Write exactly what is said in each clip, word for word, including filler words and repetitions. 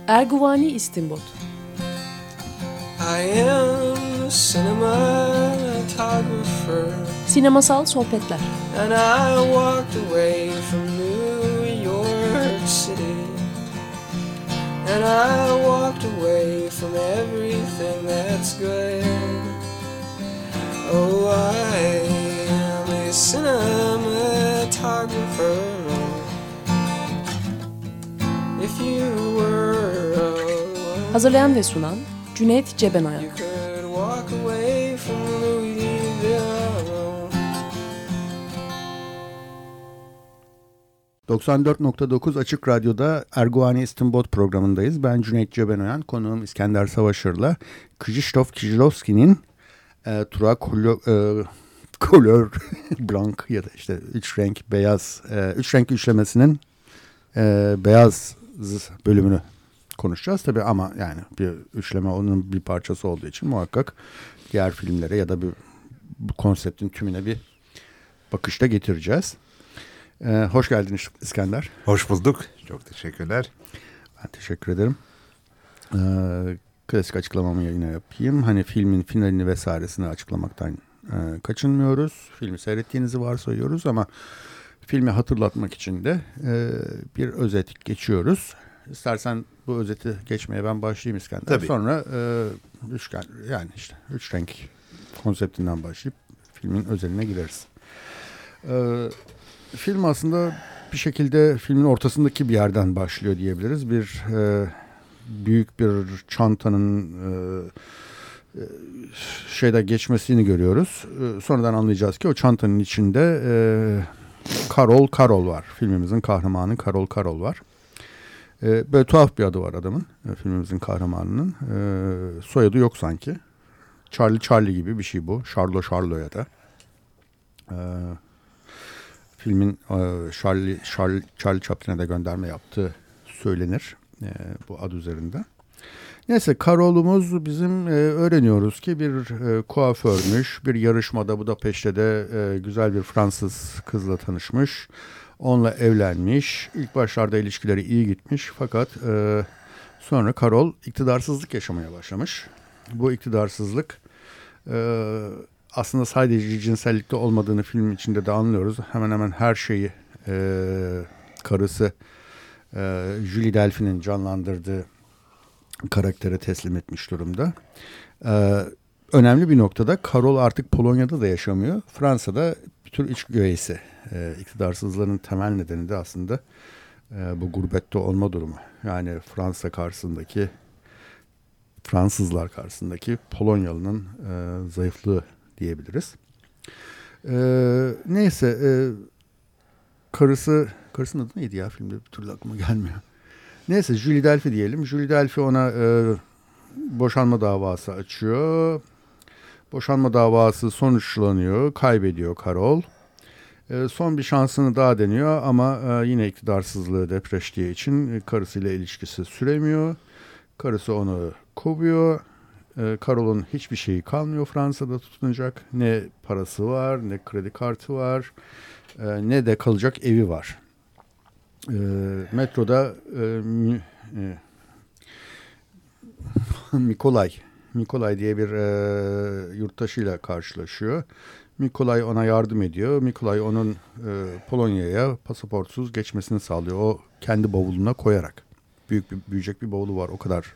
Erguvani İstinbot. I am a cinematographer. Sinemasal sohbetler. And I walked away from New York City. And I walked away from everything that's good. Oh, I am a cinematographer. If you were alone, hazırlayan ve sunan Cüneyt Cebenayak. you could walk away from Louisville alone. doksan dört nokta dokuz Açık Radyo'da Erguvani İstinbot programındayız. Ben Cüneyt Cebenayan, konuğum İskender Savaşır'la Krzysztof Kieślowski'nin e, Trois Couleurs Blanc ya da işte üç renk beyaz, e, üç renk üçlemesinin e, beyaz bölümünü konuşacağız tabii, ama yani bir üçleme onun bir parçası olduğu için muhakkak diğer filmlere ya da bir, bu konseptin tümüne bir bakışta getireceğiz. Ee, hoş geldin İskender. Hoş bulduk. Çok teşekkürler. Ben teşekkür ederim. Ee, klasik açıklamamı yine yapayım. Hani filmin finalini vesairesini açıklamaktan e, kaçınmıyoruz. Filmi seyrettiğinizi varsayıyoruz ama filmi hatırlatmak için de e, bir özet geçiyoruz. İstersen bu özeti geçmeye ben başlayayım İskender. Tabii. Sonra e, üçgen, yani işte üç renk konseptinden başlayıp filmin özeline gireriz. Ee, film aslında bir şekilde filmin ortasındaki bir yerden başlıyor diyebiliriz. Bir e, büyük bir çantanın e, e, şeyde geçmesini görüyoruz. E, sonradan anlayacağız ki o çantanın içinde e, Karol Karol var. Filmimizin kahramanı Karol Karol var. E, böyle tuhaf bir adı var adamın. E, filmimizin kahramanının. E, soyadı yok sanki. Charlie Charlie gibi bir şey bu. Charlo Charlo ya da. E, filmin e, Charlie, Charlie, Charlie Chaplin'e de gönderme yaptığı söylenir e, bu ad üzerinde. Neyse, Karol'umuz bizim e, öğreniyoruz ki bir e, kuaförmüş. Bir yarışmada Budapeşte'de de e, güzel bir Fransız kızla tanışmış. Onunla evlenmiş. İlk başlarda ilişkileri iyi gitmiş. Fakat e, sonra Karol iktidarsızlık yaşamaya başlamış. Bu iktidarsızlık e, aslında sadece cinsellikte olmadığını film içinde de anlıyoruz. Hemen hemen her şeyi e, karısı e, Julie Delpy'nin canlandırdığı karaktere teslim etmiş durumda. E, önemli bir noktada Karol artık Polonya'da da yaşamıyor. Fransa'da bir tür iç güveysi. E, iktidarsızlığının temel nedeni de aslında e, bu gurbette olma durumu. Yani Fransa karşısındaki, Fransızlar karşısındaki Polonyalı'nın e, zayıflığı diyebiliriz. Ee, neyse, e, karısı, karısının adı neydi ya filmde, bir türlü aklıma gelmiyor. Neyse, Julie Delpy diyelim. Julie Delpy ona e, boşanma davası açıyor. Boşanma davası sonuçlanıyor. Kaybediyor Karol. E, son bir şansını daha deniyor ama e, yine iktidarsızlığı depreştiği için e, karısıyla ilişkisi süremiyor. Karısı onu kovuyor. Karol'un hiçbir şeyi kalmıyor Fransa'da tutunacak. Ne parası var, ne kredi kartı var, ne de kalacak evi var. Metroda Mikolay, Mikolay diye bir yurttaşıyla karşılaşıyor. Mikolay ona yardım ediyor. Mikolay onun Polonya'ya pasaportsuz geçmesini sağlıyor. O kendi bavuluna koyarak. Büyük bir, büyüyecek bir bavulu var, o kadar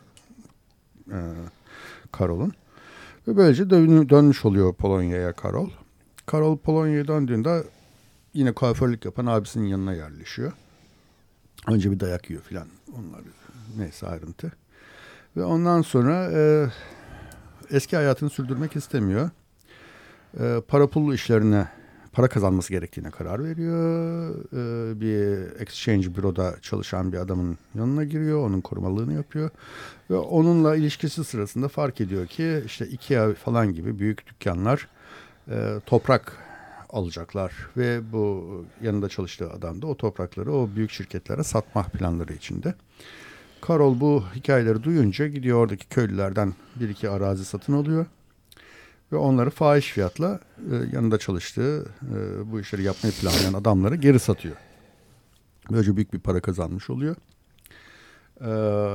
Karol'un. Ve böylece dön, dönmüş oluyor Polonya'ya Karol. Karol Polonya'ya döndüğünde yine kuaförlük yapan abisinin yanına yerleşiyor. Önce bir dayak yiyor filan. Onlar neyse, ayrıntı. Ve ondan sonra e, eski hayatını sürdürmek istemiyor. E, para pul işlerine, para kazanması gerektiğine karar veriyor. E, bir exchange büroda çalışan bir adamın yanına giriyor. Onun korumalığını yapıyor. Ve onunla ilişkisi sırasında fark ediyor ki işte IKEA falan gibi büyük dükkanlar e, toprak alacaklar. Ve bu yanında çalıştığı adam da o toprakları o büyük şirketlere satma planları içinde. Karol bu hikayeleri duyunca gidiyor, oradaki köylülerden bir iki arazi satın alıyor. Ve onları fahiş fiyatla e, yanında çalıştığı e, bu işleri yapmayı planlayan adamları geri satıyor. Böylece büyük bir para kazanmış oluyor. E,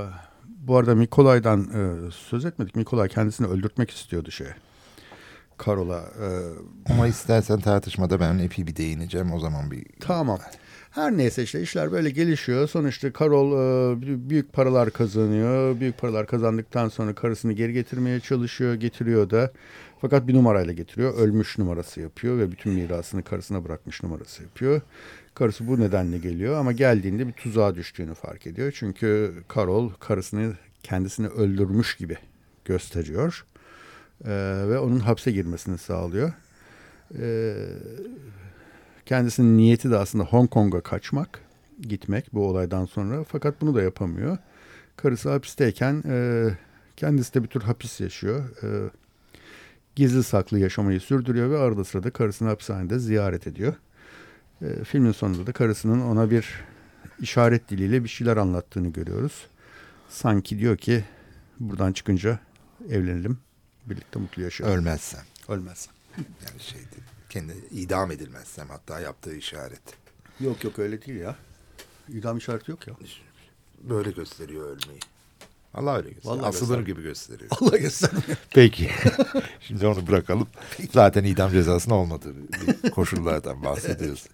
bu arada Mikolay'dan e, söz etmedik. Mikolay kendisini öldürtmek istiyordu şeye. Karol'a. E, Ama istersen tartışmada ben epey bir değineceğim. O zaman bir... Tamam. Her neyse işte işler böyle gelişiyor. Sonuçta Karol e, büyük paralar kazanıyor. Büyük paralar kazandıktan sonra karısını geri getirmeye çalışıyor. Getiriyor da. Fakat bir numarayla getiriyor. Ölmüş numarası yapıyor ve bütün mirasını karısına bırakmış numarası yapıyor. Karısı bu nedenle geliyor ama geldiğinde bir tuzağa düştüğünü fark ediyor. Çünkü Karol karısını kendisini öldürmüş gibi gösteriyor. E, ve onun hapse girmesini sağlıyor. Eee... Kendisinin niyeti de aslında Hong Kong'a kaçmak, gitmek bu olaydan sonra. Fakat bunu da yapamıyor. Karısı hapisteyken e, kendisi de bir tür hapis yaşıyor. E, gizli saklı yaşamayı sürdürüyor ve arada sırada karısını hapishanede ziyaret ediyor. E, filmin sonunda da karısının ona bir işaret diliyle bir şeyler anlattığını görüyoruz. Sanki diyor ki buradan çıkınca evlenelim, birlikte mutlu yaşayalım. Ölmezsem. Ölmezsem. Yani şeydi. Kendi idam edilmezsem hatta yaptığı işaret. Yok yok öyle değil ya. İdam işareti yok ya. Böyle gösteriyor ölmeyi. Allah öyle gösteriyor. Vallahi Asılır göster. gibi gösteriyor. Allah göstermiyor. Peki. Şimdi onu bırakalım. Zaten idam cezasının olmadığı bir koşullardan bahsediyoruz.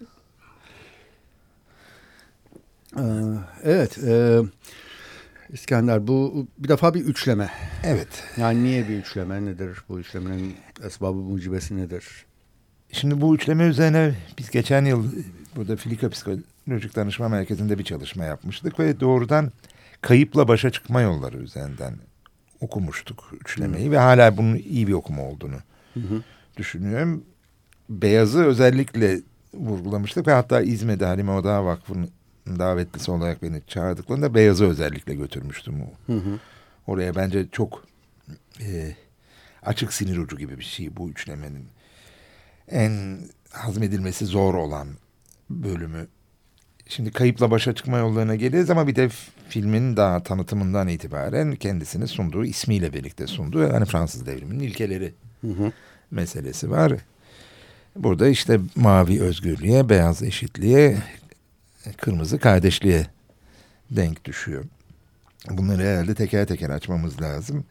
Ee, evet. E, İskender bu bir defa bir üçleme. Evet. Yani niye bir üçleme? Nedir bu üçlemenin esbabı mucibesi nedir? Şimdi bu üçleme üzerine biz geçen yıl burada Filika Psikolojik Danışma Merkezi'nde bir çalışma yapmıştık ve doğrudan kayıpla başa çıkma yolları üzerinden okumuştuk üçlemeyi. Hı. Ve hala bunun iyi bir okuma olduğunu hı hı. düşünüyorum. Beyazı özellikle vurgulamıştık ve hatta İzmir'de Halime Oda Vakfı'nın davetlisi olarak beni çağırdıklarında Beyazı özellikle götürmüştüm. O. Hı hı. Oraya bence çok e, açık sinir ucu gibi bir şey bu üçlemenin. En hazmedilmesi zor olan bölümü. Şimdi kayıpla başa çıkma yollarına geliriz ama bir de filmin daha tanıtımından itibaren kendisini sunduğu, ismiyle birlikte sunduğu hani Fransız devriminin ilkeleri hı hı. meselesi var. Burada işte mavi özgürlüğe, beyaz eşitliğe, kırmızı kardeşliğe denk düşüyor. Bunları herhalde teker teker açmamız lazım.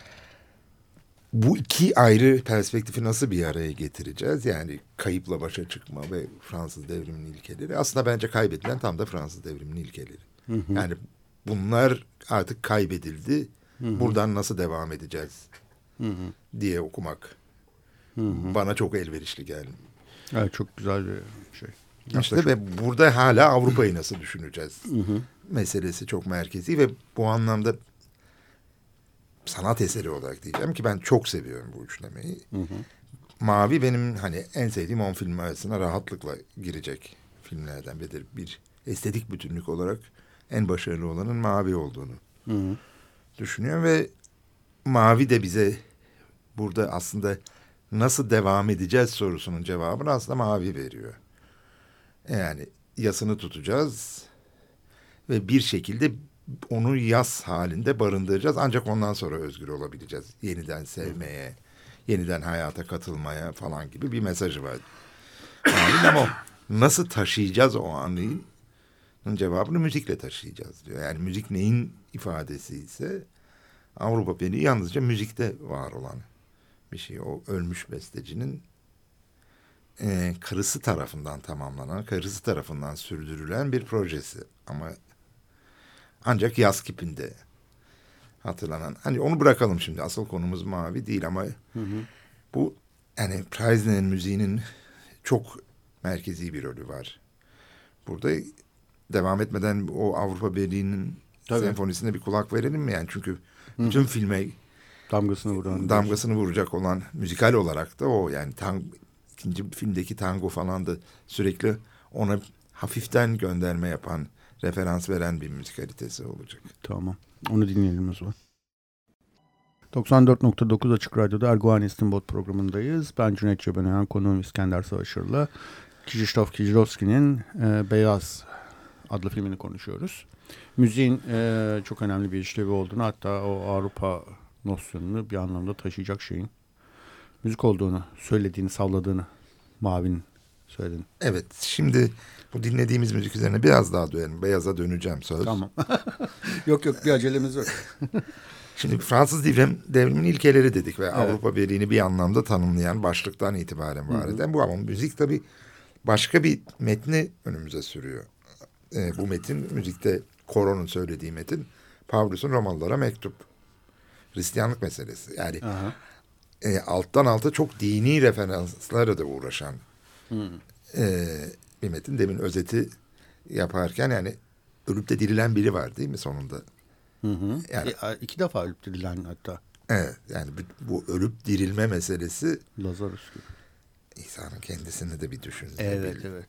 Bu iki ayrı perspektifi nasıl bir araya getireceğiz? Yani kayıpla başa çıkma ve Fransız devriminin ilkeleri. Aslında bence kaybedilen tam da Fransız devriminin ilkeleri. Hı hı. Yani bunlar artık kaybedildi. Hı hı. Buradan nasıl devam edeceğiz hı hı. diye okumak hı hı. bana çok elverişli geldi. Evet, çok güzel bir şey. İşte ve burada hala Avrupa'yı nasıl düşüneceğiz hı hı. meselesi çok merkezi ve bu anlamda sanat eseri olarak diyeceğim ki ben çok seviyorum bu üçlemeyi. Hı hı. Mavi benim hani en sevdiğim on film arasına rahatlıkla girecek filmlerden biridir. Bir estetik bütünlük olarak en başarılı olanın Mavi olduğunu hı hı. düşünüyorum ve Mavi de bize burada aslında nasıl devam edeceğiz sorusunun cevabını aslında Mavi veriyor. Yani yasını tutacağız ve bir şekilde onu yas halinde barındıracağız. Ancak ondan sonra özgür olabileceğiz. Yeniden sevmeye, yeniden hayata katılmaya falan gibi bir mesajı var. Yani ama nasıl taşıyacağız o anın cevabını müzikle taşıyacağız diyor. Yani müzik neyin ifadesi ise Avrupa Birliği yalnızca müzikte var olan bir şey. O ölmüş bestecinin e, karısı tarafından tamamlanan, karısı tarafından sürdürülen bir projesi. Ama ancak yaz kipinde hatırlanan. Hani onu bırakalım şimdi. Asıl konumuz Mavi değil ama hı hı. bu yani Preisner'in müziğinin çok merkezi bir rolü var. Burada devam etmeden o Avrupa Birliği'nin Tabii. senfonisine bir kulak verelim mi? Yani çünkü hı. bütün filme damgasını vuran damgasını vuracak olan müzikal olarak da o yani tang, ikinci filmdeki tango falan da sürekli ona hafiften gönderme yapan, referans veren bir müzikalitesi olacak. Tamam. Onu dinleyelim o zaman. doksan dört nokta dokuz Açık Radyo'da Erguvan İstinbot programındayız. Ben Cüneyt Cebenayan, konuğum İskender Savaşır'la Krzysztof Kieślowski'nin e, Beyaz adlı filmini konuşuyoruz. Müziğin e, çok önemli bir işlevi olduğunu, hatta o Avrupa nosyonunu bir anlamda taşıyacak şeyin müzik olduğunu söylediğini, savladığını Mavi'nin söyledin. Evet, şimdi bu dinlediğimiz müzik üzerine biraz daha dönelim. Beyaz'a döneceğim söz. Tamam. Yok yok bir acelemiz yok. Şimdi Fransız devrim, devrimin ilkeleri dedik ve evet. Avrupa Birliği'ni bir anlamda tanımlayan başlıktan itibaren var eden bu, ama müzik tabii başka bir metni önümüze sürüyor. Ee, bu metin, müzikte Koron'un söylediği metin, Pavlus'un Romalılara mektup. Hristiyanlık meselesi. Yani e, alttan alta çok dini referanslarla da uğraşan e, bir metin. Demin özeti yaparken yani ölüp de dirilen biri var değil mi sonunda? Hı hı. Yani, e, iki defa ölüp dirilen hatta. Evet, yani bu ölüp dirilme meselesi Lazarus gibi. İsa'nın kendisini de bir düşünün. Evet, evet.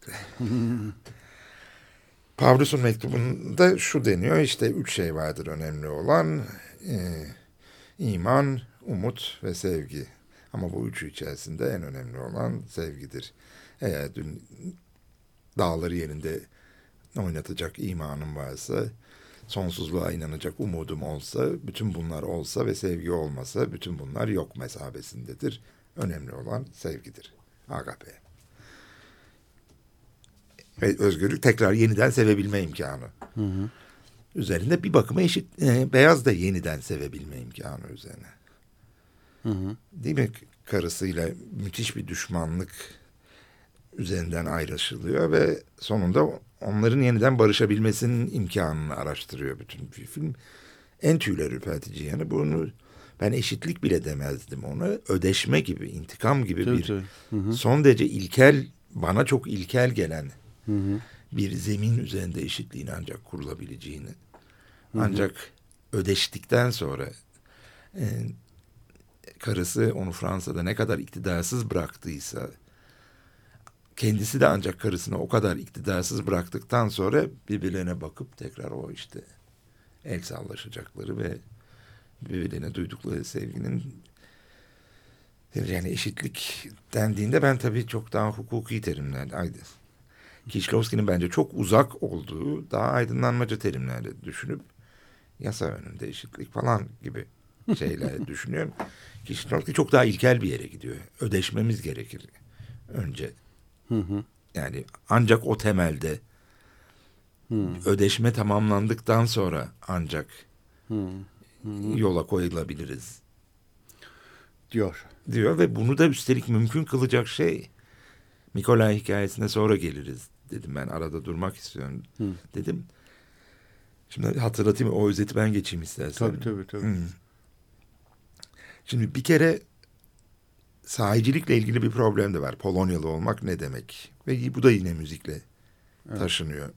Pavlus'un mektubunda şu deniyor, işte üç şey vardır önemli olan. E, iman, umut ve sevgi. Ama bu üçü içerisinde en önemli olan sevgidir. Eğer dün dağları yerinde oynatacak imanım varsa, sonsuzluğa inanacak umudum olsa, bütün bunlar olsa ve sevgi olmasa, bütün bunlar yok mesabesindedir. Önemli olan sevgidir. Agape. Ve özgürlük, tekrar yeniden sevebilme imkanı. Hı hı. Üzerinde bir bakıma eşit, e, beyaz da yeniden sevebilme imkanı üzerine. Hı hı. Değil mi? Karısıyla müthiş bir düşmanlık üzerinden ayrışılıyor ve sonunda onların yeniden barışabilmesinin imkanını araştırıyor bütün bir film. En tüyler ürpertici yanı bunu, ben eşitlik bile demezdim ona, ödeşme gibi, intikam gibi tabii, bir tabii. Hı hı. Son derece ilkel, bana çok ilkel gelen hı hı. bir zemin üzerinde eşitliğin ancak kurulabileceğini, hı hı. ancak ödeştikten sonra e, karısı onu Fransa'da ne kadar iktidarsız bıraktıysa, kendisi de ancak karısını o kadar iktidarsız bıraktıktan sonra birbirlerine bakıp tekrar o işte el sallaşacakları ve birbirlerine duydukları sevginin, yani eşitlik dendiğinde ben tabii çok daha hukuki terimler, Kieślowski'nin bence çok uzak olduğu daha aydınlanmacı terimlerle düşünüp yasa önünde eşitlik falan gibi şeyler düşünüyorum. Kieślowski çok daha ilkel bir yere gidiyor. Ödeşmemiz gerekir önce. Hı hı. Yani ancak o temelde hı. ödeşme tamamlandıktan sonra ancak hı. Hı. yola koyulabiliriz diyor. Diyor ve bunu da üstelik mümkün kılacak şey, Mikolay hikayesine sonra geliriz dedim, ben arada durmak istiyorum hı. dedim. Şimdi hatırlatayım, o özeti ben geçeyim istersen. Tabii tabii tabii. Hı. Şimdi bir kere sahicilikle ilgili bir problem de var. Polonyalı olmak ne demek? Ve bu da yine müzikle evet. taşınıyor.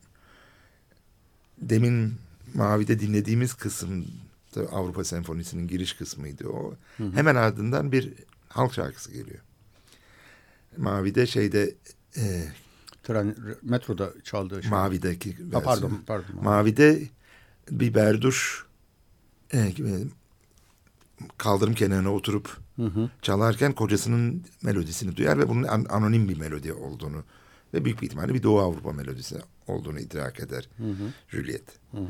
Demin Mavi'de dinlediğimiz kısım Avrupa Senfonisi'nin giriş kısmıydı o. Hı hı. Hemen ardından bir halk şarkısı geliyor. Mavi'de şeyde e, Tren, metroda çaldığı şey. Mavi'deki ha, pardon, pardon. Mavi'de bir berduş e, kaldırım kenarına oturup hı hı. çalarken kocasının melodisini duyar ve bunun an- anonim bir melodi olduğunu ve büyük bir ihtimalle bir Doğu Avrupa melodisi olduğunu idrak eder hı hı. Juliet. Hı hı.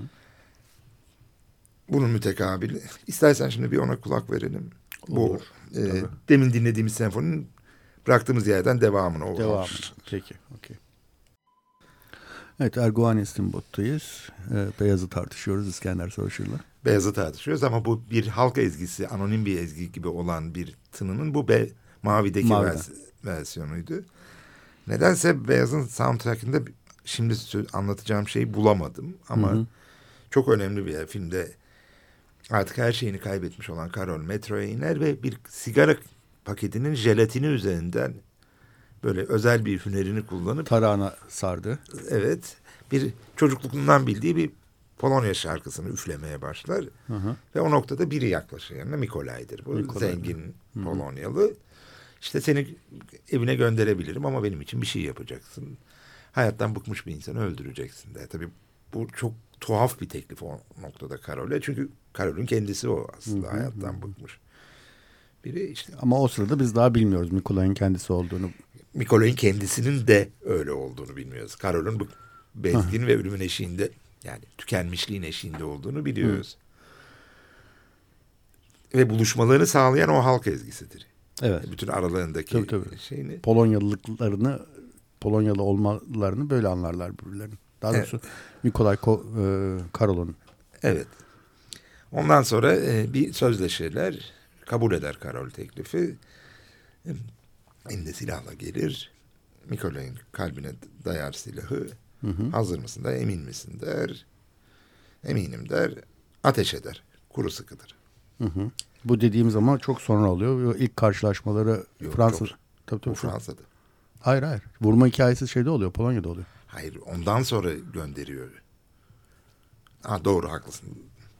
Bunun mütekabili. İstersen şimdi bir ona kulak verelim. Olur. Bu e, demin dinlediğimiz senfoninin bıraktığımız yerden devamını. Devamını. Peki. Okay. Evet, Erguvan İstimbot'tayız. Ee, Beyaz'ı tartışıyoruz İskender Savaşı'yla. Beyaz'ı tartışıyoruz ama bu bir halk ezgisi, anonim bir ezgi gibi olan bir tınının bu be, Mavi'deki vers- versiyonuydu. Nedense Beyaz'ın soundtrack'ında şimdi anlatacağım şeyi bulamadım ama hı hı. çok önemli bir yer. Filmde artık her şeyini kaybetmiş olan Karol metroya iner ve bir sigara paketinin jelatini üzerinden böyle özel bir hünerini kullanıp tarağına sardı. Evet. Bir çocukluğundan bildiği bir Polonya şarkısını üflemeye başlar. Hı hı. Ve o noktada biri yaklaşır yanına. Mikolay'dır bu. Mikolay. Zengin hı hı. Polonyalı. İşte seni evine gönderebilirim ama benim için bir şey yapacaksın. Hayattan bıkmış bir insanı öldüreceksin de. Tabii bu çok tuhaf bir teklif o noktada Karol'e. Çünkü Karol'ün kendisi o aslında hı hı. hayattan hı. bıkmış. Biri işte. Ama o sırada biz daha bilmiyoruz Mikolay'ın kendisi olduğunu. Mikolay'ın kendisinin de öyle olduğunu bilmiyoruz. Karol'ün bu bezgin ve ölümün eşiğinde, yani tükenmişliğin eşiğinde olduğunu biliyoruz. Hı. Ve buluşmalarını sağlayan o halk ezgisidir. Evet. Bütün aralarındaki tabii, tabii. şeyini. Polonyalılıklarını Polonyalı olmalarını böyle anlarlar birbirlerini. Daha Evet. doğrusu Nikolay Ko- e, Karol'un. Evet. Ondan sonra e, bir sözleşirler. Kabul eder Karol teklifi. E, elinde silahla gelir. Mikolay'ın kalbine dayar silahı. Hı hı. Hazır mısın der, emin misin der. Eminim der. Ateş eder. Kuru sıkıdır. Hı hı. Bu dediğim zaman çok sonra oluyor. İlk karşılaşmaları Yok, Fransa. çok- Tabii, tabii, Bu Fransa'da. Hayır hayır. Vurma hikayesi şeyde oluyor. Polonya'da oluyor. Hayır, ondan sonra gönderiyor. Ha, doğru, haklısın.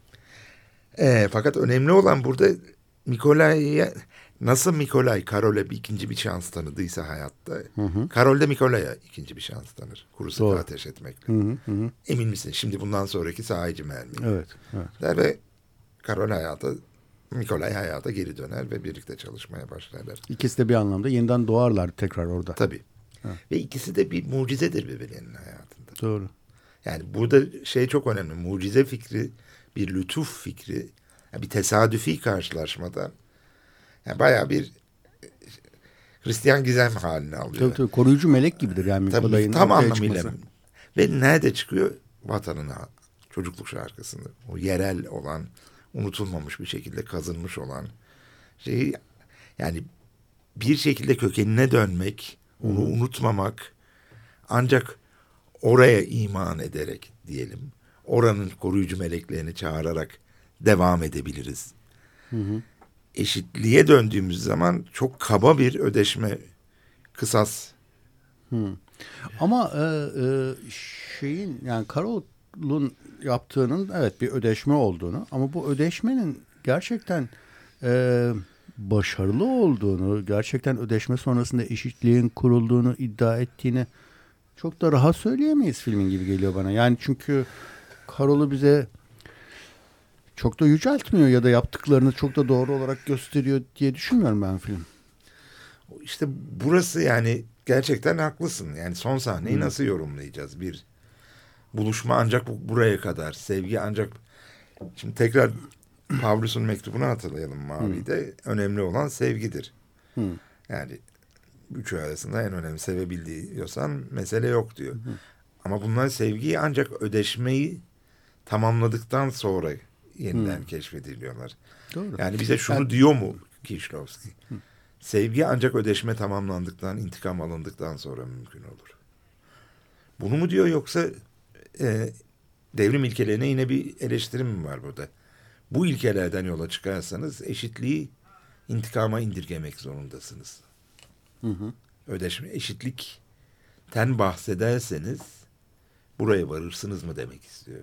E, fakat önemli olan burada Mikolay'a nasıl Mikolay Karol'e bir ikinci bir şans tanıdıysa hayatta, Hı hı. Karol de Mikolay'a ikinci bir şans tanır. Kuru sıkı Doğru. ateş etmekle. Hı hı, hı hı. Emin misin? Şimdi bundan sonraki sahici mermi. Evet. Evet. Der ve Karol hayata, Mikolay hayata geri döner ve birlikte çalışmaya başlarlar. İkisi de bir anlamda yeniden doğarlar tekrar orada. Tabii. Ha. Ve ikisi de bir mucizedir birbirlerinin hayatında. Doğru. Yani burada şey çok önemli. Mucize fikri, bir lütuf fikri, yani bir tesadüfi karşılaşmada yani bayağı bir Hristiyan gizem haline alıyor. Tabii tabii. Koruyucu melek gibidir yani Tabii, Mikolay'ın tam ortaya anlamıyla. çıkması. Ve nerede çıkıyor? Vatanına, çocukluk şarkısını, o yerel olan, unutulmamış bir şekilde kazınmış olan şeyi, yani bir şekilde kökenine dönmek, onu unutmamak, ancak oraya iman ederek diyelim, oranın koruyucu meleklerini çağırarak devam edebiliriz. Hı hı. Eşitliğe döndüğümüz zaman çok kaba bir ödeşme, kısas. Hı. Ama e, e, şeyin yani Karol'un yaptığının evet bir ödeşme olduğunu ama bu ödeşmenin gerçekten e, başarılı olduğunu, gerçekten ödeşme sonrasında eşitliğin kurulduğunu iddia ettiğini çok da rahat söyleyemeyiz filmin gibi geliyor bana. Yani çünkü Karol'u bize çok da yüceltmiyor ya da yaptıklarını çok da doğru olarak gösteriyor diye düşünmüyorum ben film. İşte burası, yani gerçekten haklısın. Yani son sahneyi Hı. nasıl yorumlayacağız? Bir buluşma ancak bu- buraya kadar. Sevgi ancak... Şimdi tekrar Pavlus'un mektubunu hatırlayalım Mavi'de. Önemli olan sevgidir. Hı. Yani üçü arasında en önemli sevebildiği diyorsan mesele yok diyor. Hı. Ama bunlar sevgiyi ancak ödeşmeyi tamamladıktan sonra yeniden Hı. keşfediliyorlar. Doğru. Yani bize şunu Yani- diyor mu Kieślowski? Sevgi ancak ödeşme tamamlandıktan, intikam alındıktan sonra mümkün olur. Bunu mu diyor, yoksa e, devrim ilkelerine yine bir eleştirim mi var burada? Bu ilkelerden yola çıkarsanız eşitliği intikama indirgemek zorundasınız. Hı hı. Ödeşme, eşitlikten bahsederseniz buraya varırsınız mı demek istiyor.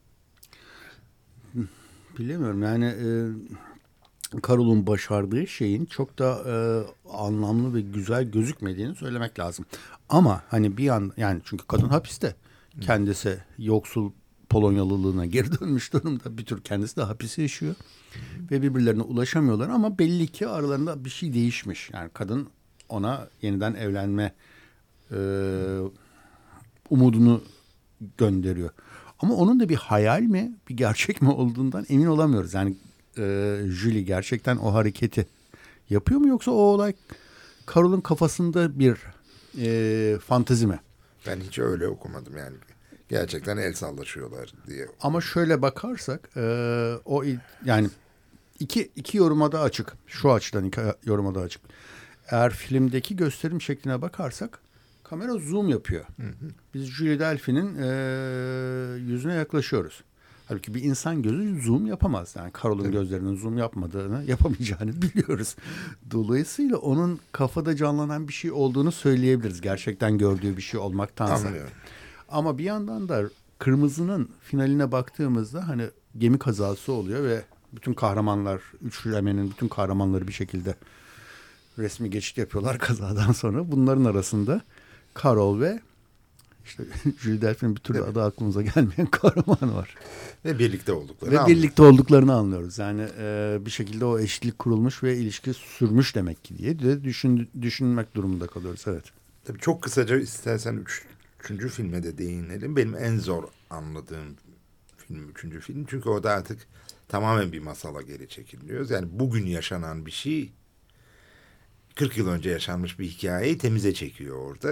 Bilemiyorum yani e, Karol'un başardığı şeyin çok da e, anlamlı ve güzel gözükmediğini söylemek lazım. Ama hani bir yan yani çünkü kadın hapiste. Kendisi yoksul Polonyalılığına geri dönmüş durumda. Bir tür kendisi de hapis yaşıyor. Ve birbirlerine ulaşamıyorlar ama belli ki aralarında bir şey değişmiş. Yani kadın ona yeniden evlenme e, umudunu gönderiyor. Ama onun da bir hayal mi, bir gerçek mi olduğundan emin olamıyoruz. Yani e, Julie gerçekten o hareketi yapıyor mu yoksa o olay Karol'un kafasında bir e, fantezi mi? Ben hiç öyle okumadım yani. Gerçekten el sallaşıyorlar diye. Ama şöyle bakarsak e, o il- yani iki iki yoruma da açık. Şu açıdan iki yoruma da açık. Eğer filmdeki gösterim şekline bakarsak kamera zoom yapıyor. Hı hı. Biz Julie Delpy'nin e, yüzüne yaklaşıyoruz. Halbuki bir insan gözü zoom yapamaz. Yani Karol'un Tabii. gözlerinin zoom yapmadığını, yapamayacağını biliyoruz. Dolayısıyla onun kafada canlanan bir şey olduğunu söyleyebiliriz. Gerçekten gördüğü bir şey olmaktansa. Anlıyorum. Ama bir yandan da Kırmızı'nın finaline baktığımızda hani gemi kazası oluyor ve bütün kahramanlar, üçlemenin bütün kahramanları bir şekilde resmi geçit yapıyorlar kazadan sonra. Bunların arasında Karol ve işte Julie Delpy'nin bir türlü Evet. adı aklımıza gelmeyen kahraman var. Ve birlikte oldukları. Ve anlıyor. birlikte olduklarını anlıyoruz. Yani e, bir şekilde o eşitlik kurulmuş ve ilişki sürmüş demek ki diye de düşün, düşünmek durumunda kalıyoruz. Evet. Tabii çok kısaca istersen üç, üçüncü filme de değinelim. Benim en zor anladığım film üçüncü film. Çünkü orada artık tamamen bir masala geri çekiliyoruz. Yani bugün yaşanan bir şey kırk yıl önce yaşanmış bir hikayeyi temize çekiyor orada.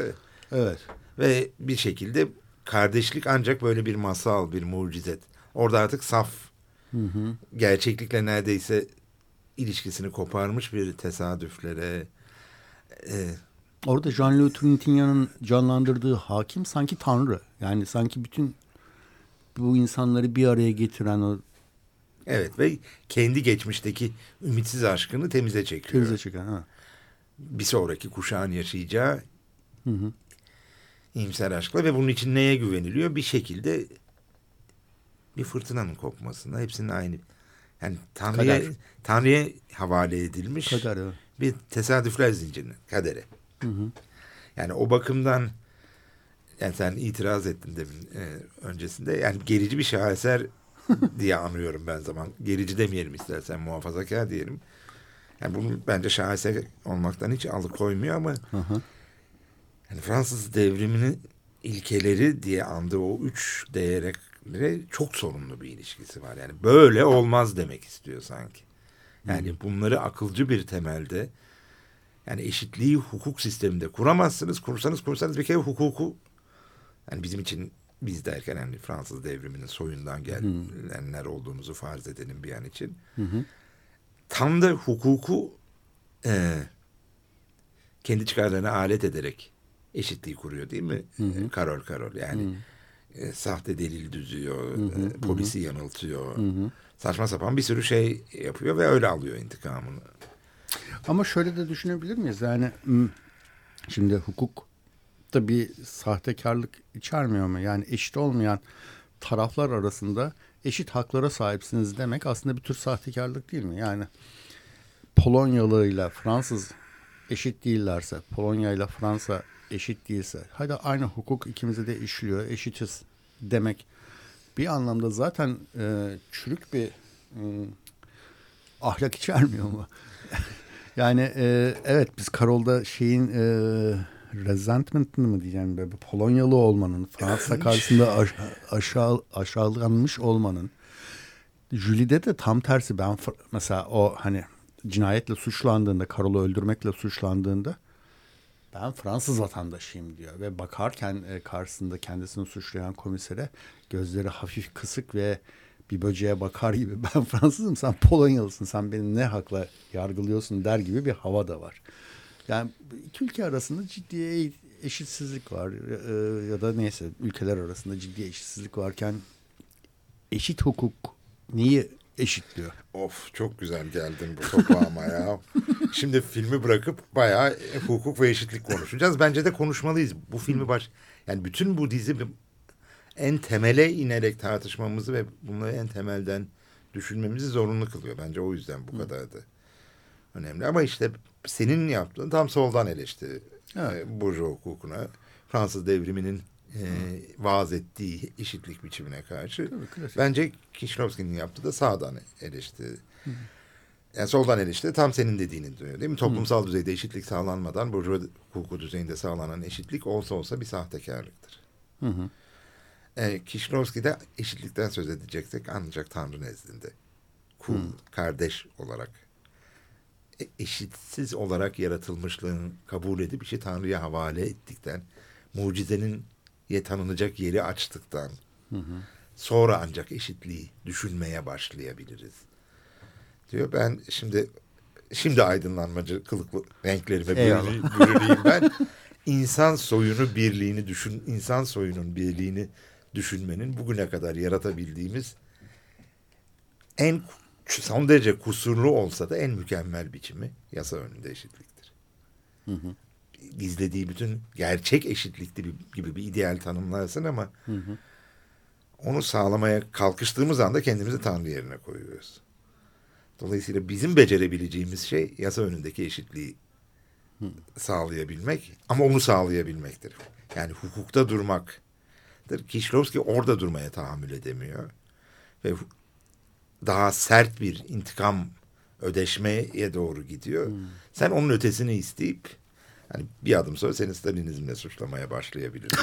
Evet. Ve bir şekilde kardeşlik ancak böyle bir masal, bir mucizet. Orada artık saf, hı hı. gerçeklikle neredeyse ilişkisini koparmış bir tesadüflere. E, Orada Jean-Louis Trintignant'ın canlandırdığı hakim sanki tanrı. Yani sanki bütün bu insanları bir araya getiren o... Evet ve kendi geçmişteki ümitsiz aşkını temize çekiyor. Temize çeken, ha. Bir sonraki kuşağın yaşayacağı hı hı. iyimser aşkla ve bunun için neye güveniliyor? Bir şekilde bir fırtınanın kopmasına, hepsinin aynı. Yani Tanrı'ya, Tanrı'ya havale edilmiş Kader, evet. bir tesadüfler zincirine, kadere. Hı hı. Yani o bakımdan, yani sen itiraz ettin demin e, öncesinde, yani gerici bir şaheser diye anıyorum ben zaman. Gerici demeyelim istersen, muhafazakar diyelim. Yani bunu bence şaheser olmaktan hiç alıkoymuyor ama Hı hı. yani Fransız devriminin ilkeleri diye andığı o üç değerle çok sorunlu bir ilişkisi var. Yani böyle olmaz demek istiyor sanki. Yani hı. bunları akılcı bir temelde, yani eşitliği hukuk sisteminde kuramazsınız. Kursanız kursanız bir kere hukuku, yani bizim için, biz derken yani Fransız devriminin soyundan gelenler olduğumuzu farz edelim bir an için. Hı hı. Tam da hukuku e, kendi çıkarlarına alet ederek eşitliği kuruyor değil mi? Hı hı. Karol Karol yani hı. E, sahte delil düzüyor, hı hı. E, polisi hı hı. yanıltıyor. Hı hı. Saçma sapan bir sürü şey yapıyor ve öyle alıyor intikamını. Ama şöyle de düşünebilir miyiz? Yani şimdi hukuk da bir sahtekarlık içermiyor mu? Yani eşit olmayan taraflar arasında eşit haklara sahipsiniz demek aslında bir tür sahtekarlık değil mi? Yani Polonyalı ile Fransız eşit değillerse, Polonya ile Fransa eşit değilse, hadi aynı hukuk ikimize de işliyor, eşitiz demek bir anlamda zaten e, çürük bir e, ahlak içermiyor mu? Yani e, evet, biz Karol'da şeyin e, resentment'ını mı diyeceğim, böyle Polonyalı olmanın, Fransa karşısında aş, aşağı, aşağılanmış olmanın, Julie'de de tam tersi. Ben mesela o hani cinayetle suçlandığında, Karol'u öldürmekle suçlandığında ben Fransız vatandaşıyım diyor ve bakarken e, karşısında kendisini suçlayan komisere gözleri hafif kısık ve bir böceğe bakar gibi, ben Fransızım, sen Polonyalısın, sen beni ne hakla yargılıyorsun der gibi bir hava da var. Yani iki ülke arasında ciddi eşitsizlik var e, ya da neyse ülkeler arasında ciddi eşitsizlik varken eşit hukuk neyi eşitliyor? Of, çok güzel geldin bu topa ama ya. Şimdi filmi bırakıp bayağı hukuk ve eşitlik konuşacağız. Bence de konuşmalıyız. Bu filmi baş... Yani bütün bu dizi en temele inerek tartışmamızı ve bunları en temelden düşünmemizi zorunlu kılıyor. Bence o yüzden bu kadar da önemli. Ama işte senin yaptığın tam soldan eleştiri. Evet. E, Burjuva hukukuna, Fransız devriminin e, vaaz ettiği eşitlik biçimine karşı. Tabii, bence Kieślowski'nin yaptığı da sağdan eleştiri. Hı. Yani soldan eleştiri tam senin dediğini diyor değil mi? Toplumsal Hı. düzeyde eşitlik sağlanmadan Burjuva hukuku düzeyinde sağlanan eşitlik olsa olsa bir sahtekarlıktır. Hı hı. E, Kieślowski'de eşitlikten söz edeceksek ancak Tanrı nezdinde. Kul, hmm. kardeş olarak, e, eşitsiz olarak yaratılmışlığını kabul edip işi Tanrı'ya havale ettikten, mucizenin ye tanınacak yeri açtıktan, hı hı. sonra ancak eşitliği düşünmeye başlayabiliriz diyor. Ben şimdi şimdi aydınlanmacı kılıklı renklerime bürüneyim ben. İnsan soyunu birliğini düşün, insan soyunun birliğini düşünmenin bugüne kadar yaratabildiğimiz en son derece kusurlu olsa da en mükemmel biçimi yasa önünde eşitliktir. Hı hı. Gizlediği bütün gerçek eşitlikti gibi bir ideal tanımlarsın ama hı hı. onu sağlamaya kalkıştığımız anda kendimizi Tanrı yerine koyuyoruz. Dolayısıyla bizim becerebileceğimiz şey yasa önündeki eşitliği hı. sağlayabilmek ama onu sağlayabilmektir. Yani hukukta durmak. Kieślowski orada durmaya tahammül edemiyor. Ve daha sert bir intikam ödeşmeye doğru gidiyor. Hmm. Sen onun ötesini isteyip hani bir adım sonra seni Stalinizmle suçlamaya başlayabiliriz.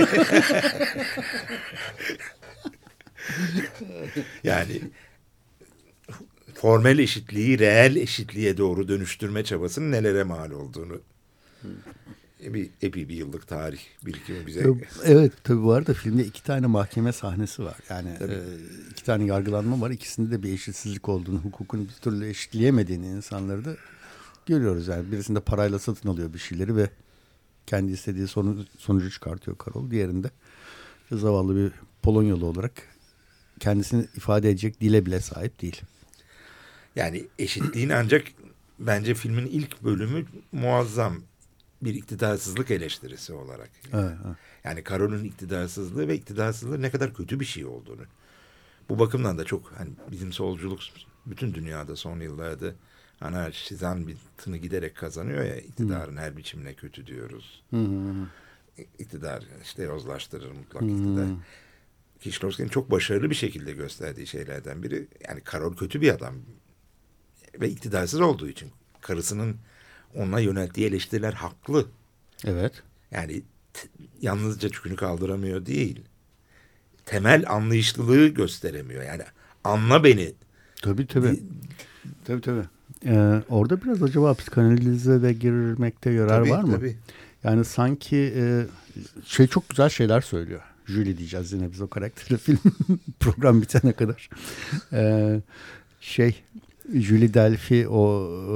Yani formel eşitliği reel eşitliğe doğru dönüştürme çabasının nelere mal olduğunu bir epey bir yıllık tarih birikimi bize. Evet tabii, bu arada filmde iki tane mahkeme sahnesi var. Yani e, iki tane yargılanma var. İkisinde de bir eşitsizlik olduğunu, hukukun bir türlü eşitleyemediğini insanları da görüyoruz. Yani birisinde parayla satın alıyor bir şeyleri ve kendi istediği sonucu, sonucu çıkartıyor Karol. Diğerinde zavallı bir Polonyalı olarak kendisini ifade edecek dile bile sahip değil. Yani eşitliğin ancak bence filmin ilk bölümü muazzam bir iktidarsızlık eleştirisi olarak. Yani, Evet, evet. yani Karol'ün iktidarsızlığı ve iktidarsızlığı ne kadar kötü bir şey olduğunu. Bu bakımdan da çok hani bizim solculuk bütün dünyada son yıllarda anarşizan bir tını giderek kazanıyor ya, iktidarın hmm. her biçimine kötü diyoruz. Hmm. İktidar işte yozlaştırır mutlak hmm. iktidar. Kieślowski'nin çok başarılı bir şekilde gösterdiği şeylerden biri, yani Karol kötü bir adam ve iktidarsız olduğu için karısının ona yönelttiği eleştiriler haklı. Evet. Yani t- yalnızca çükünü kaldıramıyor değil. Temel anlayışlılığı gösteremiyor. Yani anla beni. Tabii tabii. Di- tabii tabii. Ee, orada biraz acaba psikanalize de girmekte yarar tabii, var mı? Tabii. Yani sanki e, şey çok güzel şeyler söylüyor. Julie diyeceğiz yine biz o karakterle film program bitene kadar. Ee, şey Julie Delpy o e,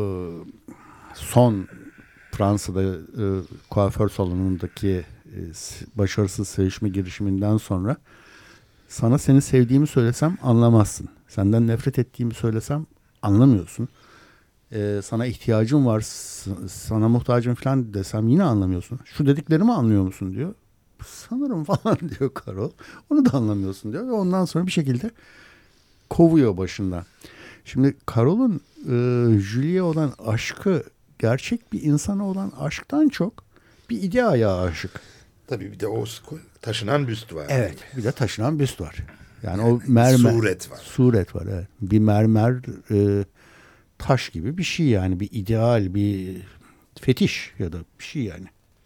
son Fransa'da e, kuaför salonundaki e, başarısız sevişme girişiminden sonra sana seni sevdiğimi söylesem anlamazsın. Senden nefret ettiğimi söylesem anlamıyorsun. Ee, sana ihtiyacım var, sana muhtacım falan desem yine anlamıyorsun. Şu dediklerimi anlıyor musun diyor. Sanırım falan diyor Karol. Onu da anlamıyorsun diyor ve ondan sonra bir şekilde kovuyor başından. Şimdi Karol'un e, Julie'ye olan aşkı gerçek bir insana olan aşktan çok bir ideaya aşık. Tabii bir de o taşınan büst var. Evet, bir de taşınan büst var. Yani, yani o mermer suret var. Suret var evet. Bir mermer e, taş gibi bir şey yani, bir ideal, bir fetiş ya da bir şey yani.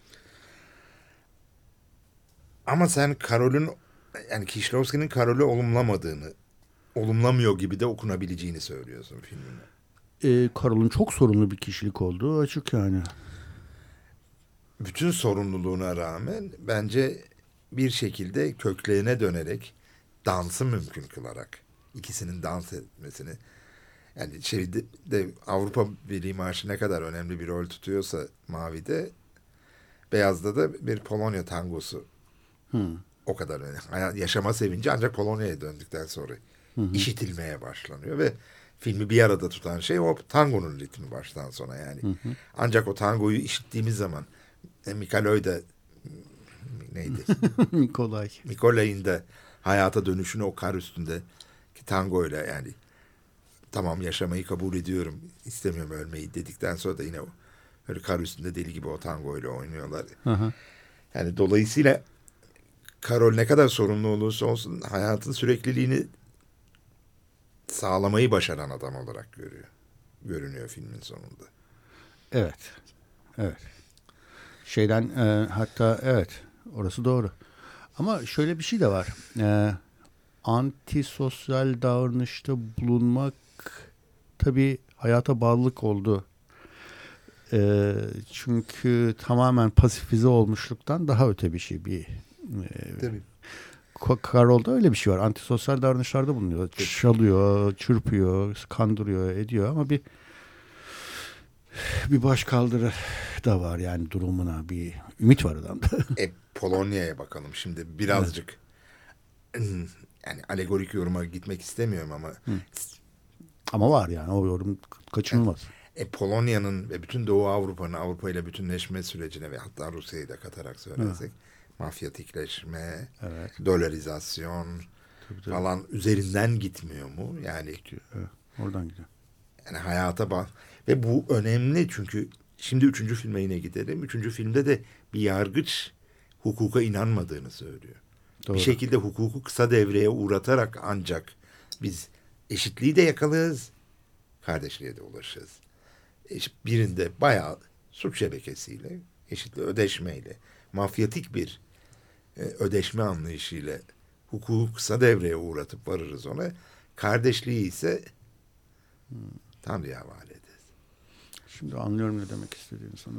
Ama sen Karol'ün, yani Kieślowski'nin Karol'ü olumlamadığını, olumlamıyor gibi de okunabileceğini söylüyorsun filminde. Ee, Karol'ün çok sorunlu bir kişilik olduğu açık yani. Bütün sorumluluğuna rağmen bence bir şekilde köklerine dönerek dansı mümkün kılarak ikisinin dans etmesini, yani şeyde de Avrupa Birliği Marşı ne kadar önemli bir rol tutuyorsa Mavi'de, Beyaz'da da bir Polonya tangosu hmm. o kadar önemli. Yaşama sevinci ancak Polonya'ya döndükten sonra hmm. işitilmeye başlanıyor ve filmi bir arada tutan şey o tangonun ritmi baştan sona yani. Hmm. Ancak o tangoyu işittiğimiz zaman e, Mikhail da neydi? Mikolay. Mikolay'ın da hayata dönüşünü o kar üstünde ki tangoyla, yani tamam yaşamayı kabul ediyorum, istemiyorum ölmeyi dedikten sonra da yine o öyle kar üstünde deli gibi o tangoyla oynuyorlar. Hı-hı. Yani dolayısıyla Karol ne kadar sorumlu olursa olsun hayatın sürekliliğini sağlamayı başaran adam olarak görüyor. Görünüyor filmin sonunda. Evet. Evet. Şeyden e, hatta evet orası doğru. Ama şöyle bir şey de var. E, antisosyal davranışta bulunmak tabii hayata bağlılık oldu. E, çünkü tamamen pasifize olmuşluktan daha öte bir şey. Bir e, tabii. Karol'da öyle bir şey var. Antisosyal davranışlarda bulunuyor. Tabii. Çalıyor, çırpıyor, kandırıyor, ediyor ama bir bir başkaldırı da var yani durumuna, bir ümit var adamda. E, Polonya'ya bakalım şimdi birazcık. Evet. Yani alegorik yoruma gitmek istemiyorum ama. Hı. Ama var yani o yorum kaçınılmaz. E, e, Polonya'nın ve bütün Doğu Avrupa'nın Avrupa ile bütünleşme sürecine ve hatta Rusya'yı da katarak söylersek, evet, mafyatikleşme, evet, dolarizasyon tabii, tabii, falan üzerinden gitmiyor mu? Yani evet, oradan gidiyor. Yani hayata bak. Ve bu önemli çünkü şimdi üçüncü filme yine gidelim. Üçüncü filmde de bir yargıç hukuka inanmadığını söylüyor. Doğru. Bir şekilde hukuku kısa devreye uğratarak ancak biz eşitliği de yakalarız, kardeşliğe de ulaşırız. Birinde bayağı suç şebekesiyle, eşitli ödeşmeyle, mafyatik bir e, ödeşme anlayışıyla hukuku kısa devreye uğratıp varırız ona. Kardeşliği ise hmm. Tanrı'ya havale ederiz. Şimdi anlıyorum ne demek istediğini sanırım.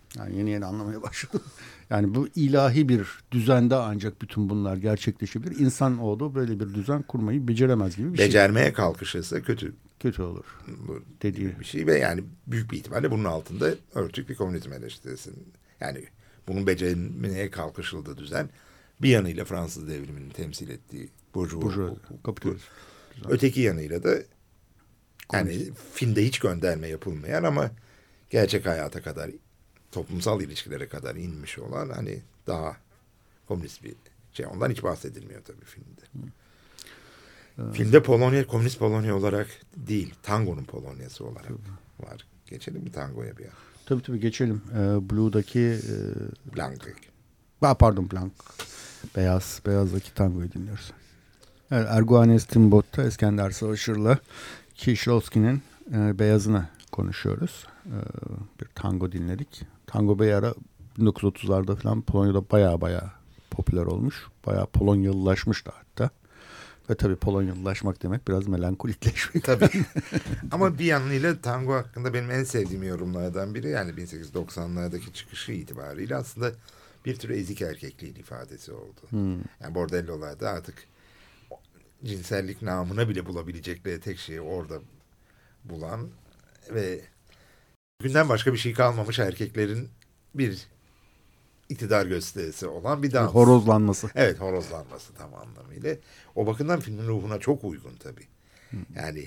Yani yeni yeni anlamaya başladım. Yani bu ilahi bir düzende ancak bütün bunlar gerçekleşebilir. İnsanoğlu böyle bir düzen kurmayı beceremez gibi bir şey. Becermeye kalkışırsa kötü. Kötü olur. Bu dediği bir şey ve yani büyük bir ihtimalle bunun altında örtük bir komünizm eleştirisi. Yani bunun becermeye kalkışıldığı düzen bir yanıyla Fransız devriminin temsil ettiği burjuva, burjuva kapitalizm. Öteki yanıyla da yani filmde hiç gönderme yapılmayan ama gerçek hayata kadar, toplumsal ilişkilere kadar inmiş olan hani daha komünist bir şey. Ondan hiç bahsedilmiyor tabii filmde. Evet. Filmde Polonya, komünist Polonya olarak değil, tangonun Polonyası olarak tabii var. Geçelim mi tangoya bir an? Tabii tabii geçelim. Ee, Blue'daki e... Blank'taki. Ah, pardon Blank. Beyaz, Beyaz'daki tangoyu dinliyoruz. Evet, Erguane Steamboat'ta İskender Savaşır'la Kieślowski'nin e, Beyazını konuşuyoruz. E, bir tango dinledik. Tango bir ara bin dokuz yüz otuzlarda falan Polonya'da baya baya popüler olmuş. Baya Polonyalılaşmış da hatta. Ve tabii Polonyalılaşmak demek biraz melankolikleşmek. Tabii. Ama bir yanıyla tango hakkında benim en sevdiğim yorumlardan biri, yani bin sekiz yüz doksanlardaki çıkışı itibariyle aslında bir tür ezik erkekliğin ifadesi oldu. Hmm. Yani bordellolarda artık cinsellik namına bile bulabilecekleri tek şeyi orada bulan ve günden başka bir şey kalmamış erkeklerin bir iktidar gösterisi olan bir dans. Horozlanması. Evet, horozlanması tam anlamıyla. O bakımdan filmin ruhuna çok uygun tabii. Hmm. Yani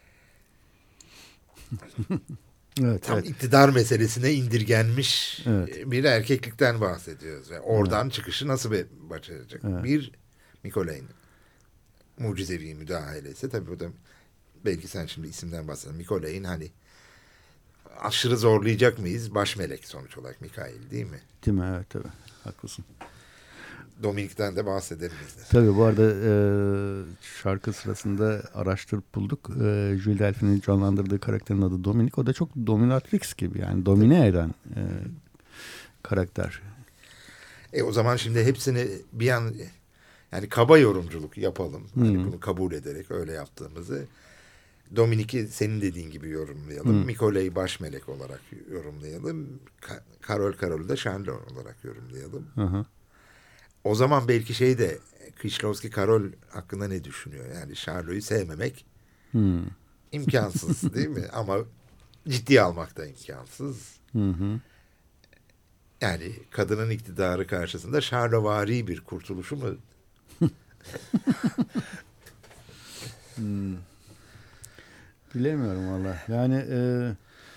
evet, tam evet. iktidar meselesine indirgenmiş evet. bir erkeklikten bahsediyoruz. Yani oradan evet. çıkışı nasıl başaracak? Evet. Bir, Mikolay'ın mucizevi müdahalesi. Tabii o da belki sen şimdi isimden bahsedin. Mikolay'ın hani aşırı zorlayacak mıyız? Baş melek sonuç olarak Mikail değil mi? Değil mi? Evet tabii. Haklısın. Dominik'ten de bahsedelim biz de. Tabii bu arada e, şarkı sırasında araştırıp bulduk. E, Jules Delphin'in canlandırdığı karakterin adı Dominik. O da çok dominatrix gibi, yani domine eden e, karakter. E o zaman şimdi hepsini bir an yani kaba yorumculuk yapalım. Hani hmm. bunu kabul ederek öyle yaptığımızı. Dominik'i senin dediğin gibi yorumlayalım. Hmm. Mikolay'ı baş melek olarak yorumlayalım. Ka- Karol Karol'u da Chandler olarak yorumlayalım. Hı hı. O zaman belki şey de Kieślowski Karol hakkında ne düşünüyor? Yani Charlot'u sevmemek hmm. imkansız değil mi? Ama ciddiye almak da imkansız. Hı hı. Yani kadının iktidarı karşısında Charlot'vari bir kurtuluşu mu? hmm. Bilemiyorum valla. Yani e,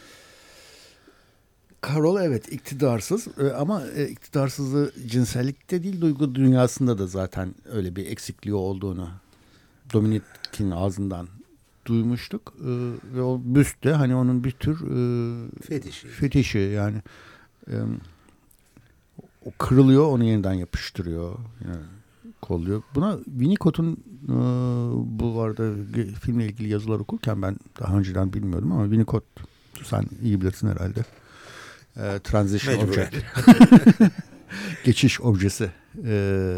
Karol evet iktidarsız e, ama e, iktidarsızlığı cinsellikte değil, duygu dünyasında da zaten öyle bir eksikliği olduğunu Dominik'in ağzından duymuştuk. E, ve o büst de hani onun bir tür e, fetişi. fetişi yani e, o kırılıyor, onu yeniden yapıştırıyor. Yani kolluyor. Buna Winnicott'un e, bu arada filmle ilgili yazılar okurken ben daha önceden bilmiyordum ama Winnicott sen iyi bilirsin herhalde. E, transition object. Geçiş objesi. E,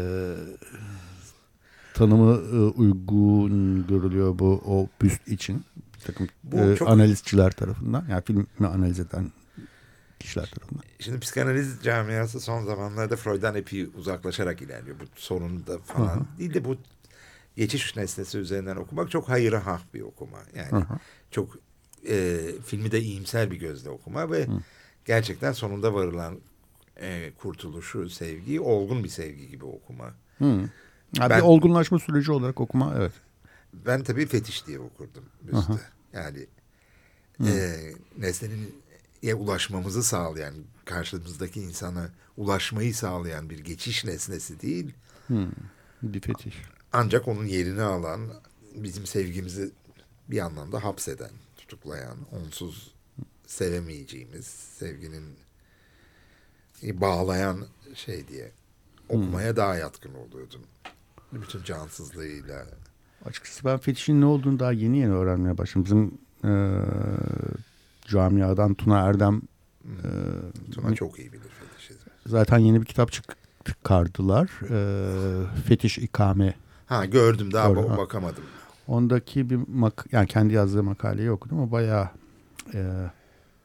tanımı e, uygun görülüyor bu o büst için. Bir takım e, çok... analistçiler tarafından. Yani filmi analiz eden kişiler tarafından. Şimdi psikanaliz camiası son zamanlarda Freud'dan epey uzaklaşarak ilerliyor. Bu sorunu da falan Aha. değil de bu geçiş nesnesi üzerinden okumak çok hayıra hah bir okuma. Yani Aha. çok e, filmi de iyimser bir gözle okuma ve Hı. gerçekten sonunda varılan e, kurtuluşu, sevgiyi olgun bir sevgi gibi okuma. Hı. Yani ben, bir olgunlaşma süreci olarak okuma, evet. Ben tabii fetiş diye okurdum. Üstü. Yani e, nesnenin ulaşmamızı sağlayan, karşımızdaki insana ulaşmayı sağlayan bir geçiş nesnesi değil. Hmm, bir fetiş. Ancak onun yerini alan, bizim sevgimizi bir anlamda hapseden, tutuklayan, onsuz sevemeyeceğimiz, sevginin bağlayan şey diye okumaya hmm. daha yatkın oluyordum. Bütün cansızlığıyla. Açıkçası ben fetişin ne olduğunu daha yeni yeni öğrenmeye başladım. Bizim ee, camiadan Tuna Erdem hmm. e, Tuna çok iyi bilir fetişi. Zaten yeni bir kitap çıkardılar. E, Fetiş İkame. Ha gördüm daha gördüm. Ba- bakamadım. Ondaki bir mak- yani kendi yazdığı makaleyi okudum ama bayağı e,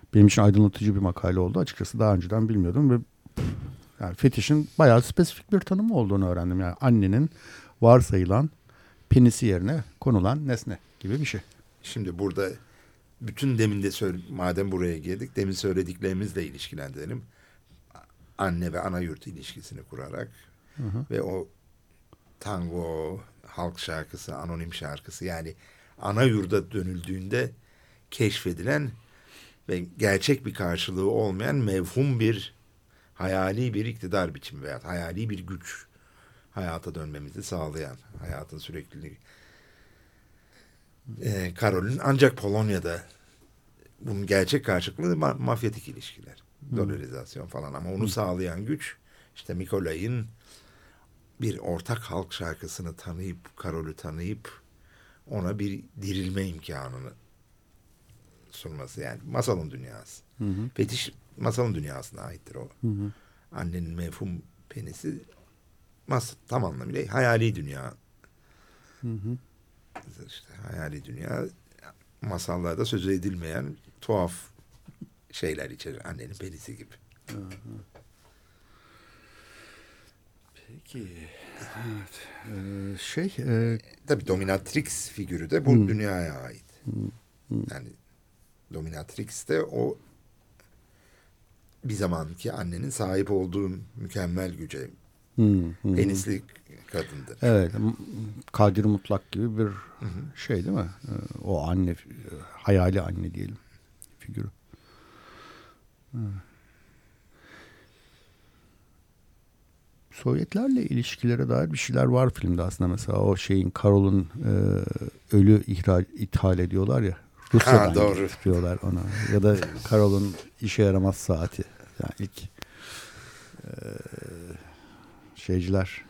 benim için aydınlatıcı bir makale oldu. Açıkçası daha önceden bilmiyordum ve yani fetişin bayağı spesifik bir tanımı olduğunu öğrendim. Yani annenin varsayılan penisi yerine konulan nesne gibi bir şey. Şimdi burada bütün demin de söyle, madem buraya girdik, demin söylediklerimizle ilişkilendirelim. Anne ve ana yurt ilişkisini kurarak Hı hı. ve o tango, halk şarkısı, anonim şarkısı, yani ana yurda dönüldüğünde keşfedilen ve gerçek bir karşılığı olmayan mevhum bir hayali bir iktidar biçimi veya hayali bir güç hayata dönmemizi sağlayan, hayatın sürekliliği. Ee, Karol'ün ancak Polonya'da bunun gerçek karşılığı ma- mafyatik ilişkiler, dolarizasyon falan, ama onu sağlayan güç işte Mikolay'ın bir ortak halk şarkısını tanıyıp, Karol'ü tanıyıp ona bir dirilme imkanını sunması, yani masalın dünyası. Hı hı. Fetiş masalın dünyasına aittir o. Hı hı. Annenin mefhum penisi mas tam anlamıyla hayali dünya. Hı hı. İşte hayali dünya, masallarda sözü edilmeyen tuhaf şeyler içerir. Annenin penisi gibi. Hı hı. Peki. Evet. Ee, şey e, Tabii dominatrix figürü de bu Hı. dünyaya ait. Hı. Yani dominatrix de o bir zamanki annenin sahip olduğu mükemmel güce hı, hı. penisli kadındır. Evet, m- Kadir Mutlak gibi bir Hı hı. şey değil mi? Ee, O anne, hayali anne diyelim figürü. Hı. Sovyetlerle ilişkilere dair bir şeyler var filmde aslında. Mesela o şeyin, Karol'un e, ölü ihral, ithal ediyorlar ya. Rusya'dan Ha, doğru. getiriyorlar ona. Ya da Karol'un işe yaramaz saati. Yani ilk e, şeyciler,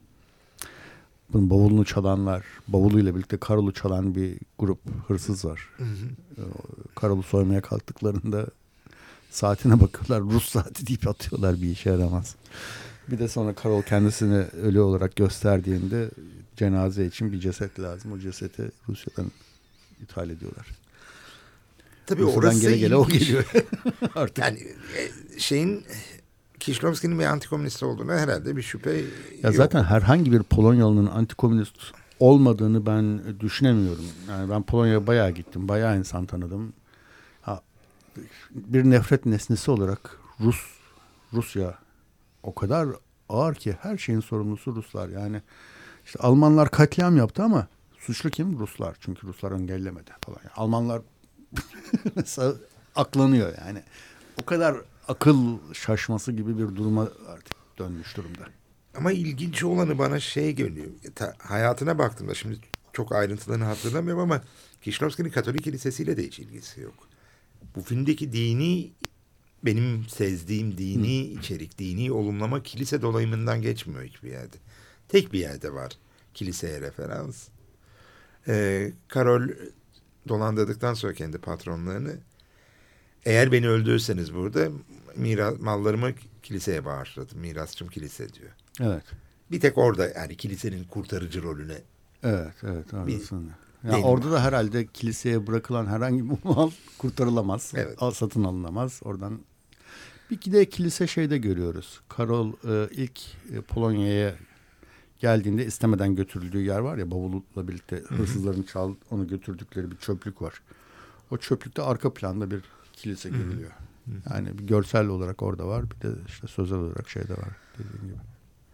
bunun bavulunu çalanlar, bavuluyla birlikte Karol'u çalan bir grup hırsız var. Hı hı. Karol'u soymaya kalktıklarında saatine bakıyorlar. Rus saati deyip atıyorlar, bir işe yaramaz. Bir de sonra Karol kendisini ölü olarak gösterdiğinde cenaze için bir ceset lazım. O ceseti Rusya'dan ithal ediyorlar. Tabii Rusya'dan orası gele gele o ilginç. geliyor. Artık. Yani e, şeyin, Kieślowski'nin bir antikomünist olduğuna herhalde bir şüphe Ya yok. zaten herhangi bir Polonyalı'nın antikomünist olmadığını ben düşünemiyorum. Yani ben Polonya'ya bayağı gittim. Bayağı insan tanıdım. Ha, bir nefret nesnesi olarak Rus, Rusya o kadar ağır ki her şeyin sorumlusu Ruslar. Yani işte Almanlar katliam yaptı ama suçlu kim? Ruslar. Çünkü Ruslar engellemedi falan. Yani Almanlar mesela aklanıyor yani. O kadar akıl şaşması gibi bir duruma artık dönmüş durumda. Ama ilginç olanı bana şey geliyor. Ta, hayatına baktığımda şimdi çok ayrıntılarını hatırlamıyorum ama Kieślowski'nin Katolik kilisesiyle de hiç ilgisi yok. Bu filmdeki dini, benim sezdiğim dini Hı. içerik, dini olumlama kilise dolayımından geçmiyor hiçbir yerde. Tek bir yerde var kiliseye referans. Ee, Karol dolandırdıktan sonra kendi patronlarını, eğer beni öldürürseniz burada miras, mallarımı kiliseye bağışladım. Mirasçım kilise diyor. Evet. Bir tek orada yani kilisenin kurtarıcı rolüne. Evet, evet. Anlasın. Ya Değil orada mi? da herhalde kiliseye bırakılan herhangi bir mal kurtarılamaz. Evet. Al, satın alınamaz. Oradan bir de kilise şeyde görüyoruz. Karol e, ilk e, Polonya'ya geldiğinde istemeden götürüldüğü yer var ya, bavulla birlikte hırsızların çal onu götürdükleri bir çöplük var. O çöplükte arka planda bir kilise görülüyor. Yani bir görsel olarak orada var. Bir de işte sözel olarak şeyde var dediğim gibi.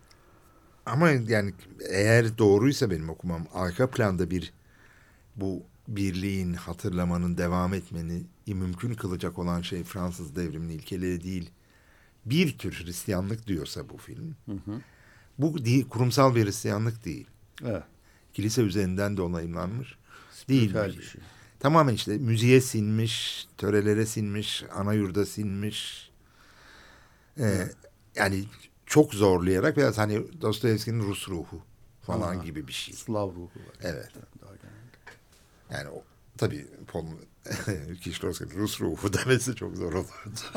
Ama yani eğer doğruysa benim okumam, arka planda bir bu birliğin, hatırlamanın devam etmeni mümkün kılacak olan şey Fransız devriminin ilkeleri değil, bir tür Hristiyanlık diyorsa bu film, Hı hı. bu değil, kurumsal bir Hristiyanlık değil. Evet. Kilise üzerinden de onaylanmış değil. Spiritüel bir şey. Tamamen işte müziğe sinmiş, törelere sinmiş, ana yurda sinmiş. Ee, Evet. Yani çok zorlayarak biraz hani Dostoyevski'nin Rus ruhu falan Aha. gibi bir şey. Slav ruhu var. Evet. Daha genelde. Yani o, tabii Paul Kieślowski'nin Rus ruhu demesi çok zor olurdu.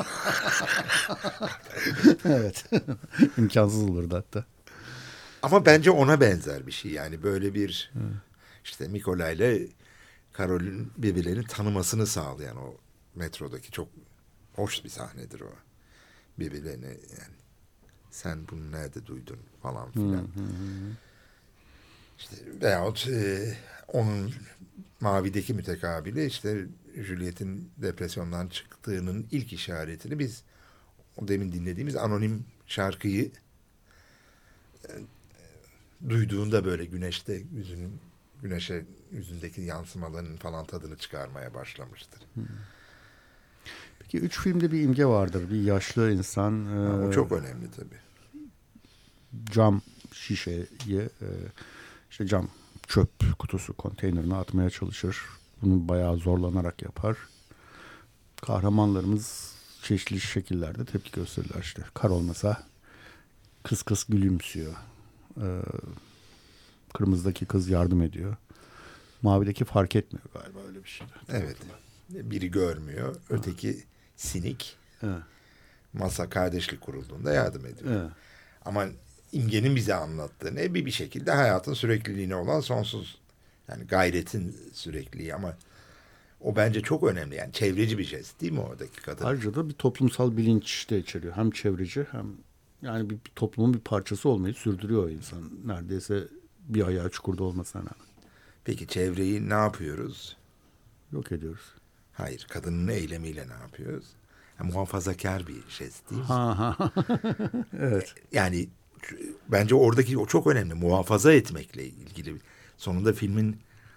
Evet. İmkansız olurdu hatta. Ama bence ona benzer bir şey. Yani böyle bir Hı. işte Mikolay'la Karol'ün birbirlerini tanımasını sağlayan o metrodaki çok hoş bir sahnedir o. Birbirlerine yani sen bunu nerede duydun falan filan. Hı hı hı. İşte veyahut e, onun Mavi'deki mütekabili işte Juliet'in depresyondan çıktığının ilk işaretini biz o demin dinlediğimiz anonim şarkıyı e, duyduğunda böyle güneşte yüzünün güneşe yüzündeki yansımalarının falan tadını çıkarmaya başlamıştır. Hmm. Peki üç filmde bir imge vardır. Bir yaşlı insan. Ha, o e, çok önemli tabii. Cam şişeyi e, işte cam çöp kutusu konteynerine atmaya çalışır. Bunu bayağı zorlanarak yapar. Kahramanlarımız çeşitli şekillerde tepki gösterirler işte. Kar olmasa kıs kıs gülümsüyor. Ee, kırmızıdaki kız yardım ediyor. Mavideki fark etmiyor galiba, öyle bir şey. Evet. Biri görmüyor. Öteki sinik. Evet. Masa kardeşlik kurulduğunda yardım ediyor. Evet. Ama İmge'nin bize anlattığı ne? Bir bir şekilde hayatın sürekliliğine olan sonsuz yani gayretin sürekliliği ama o bence çok önemli. Yani çevreci bir jest değil mi oradaki kadın? Ayrıca da bir toplumsal bilinç de içeriyor. Hem çevreci hem yani bir, bir toplumun bir parçası olmayı sürdürüyor o insan. Neredeyse bir ayağı çukurda olmasına rağmen. Peki çevreyi ne yapıyoruz? Yok ediyoruz. Hayır. Kadının eylemiyle ne yapıyoruz? Yani muhafazakar bir jest değil mi? Ha ha. Evet. Yani bence oradaki o çok önemli. Muhafaza etmekle ilgili. Sonunda filmin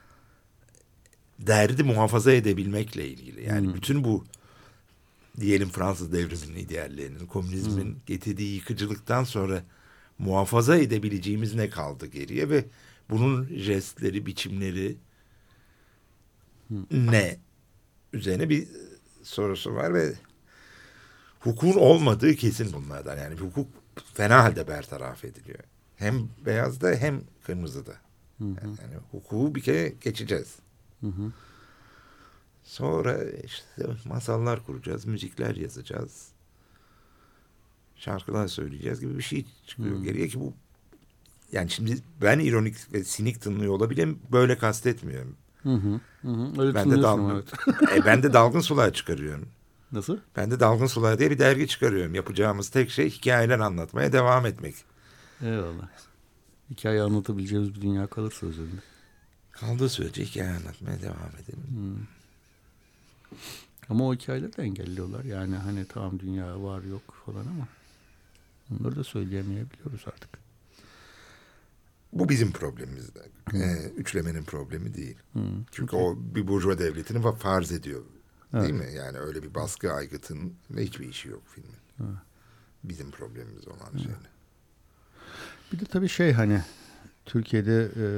derdi muhafaza edebilmekle ilgili. Yani hmm. bütün bu diyelim Fransız devriminin ideallerinin, komünizmin hmm. getirdiği yıkıcılıktan sonra muhafaza edebileceğimiz ne kaldı geriye ve bunun jestleri, biçimleri hmm. ne? Üzerine bir sorusu var ve hukukun olmadığı kesin bunlardan. Yani hukuk fena halde bertaraf ediliyor. Hem beyazda hem kırmızıda. Hı hı. Yani hukuku bir kere geçeceğiz. Hı hı. Sonra işte masallar kuracağız, müzikler yazacağız. Şarkılar söyleyeceğiz gibi bir şey çıkıyor. Hı. Geriye ki bu yani şimdi ben ironik ve sinik tınlıyor olabilirim. Böyle kastetmiyorum. Hı hı. Hı. Öyle ben de dalgın, evet. e, ben de dalgın sular çıkarıyorum. Nasıl? Ben de Dalgın Sular diye bir dergi çıkarıyorum. Yapacağımız tek şey hikayeler anlatmaya devam etmek. Eyvallah. Hikaye anlatabileceğimiz bir dünya kalırsa üzerinde. Kaldığı sürece hikaye anlatmaya devam edelim. Hmm. Ama o hikayeleri de engelliyorlar. Yani hani tamam dünya var yok falan ama onları da söyleyemeyebiliyoruz artık. Bu bizim problemimiz de. Hmm. Ee, üçlemenin problemi değil. Hmm. Çünkü okay. o bir burjuva devletini farz ediyor. Evet. Değil mi? Yani öyle bir baskı aygıtın ve hiçbir işi yok filmin. Evet. Bizim problemimiz olan evet. şeyler. Bir de tabii şey hani Türkiye'de e,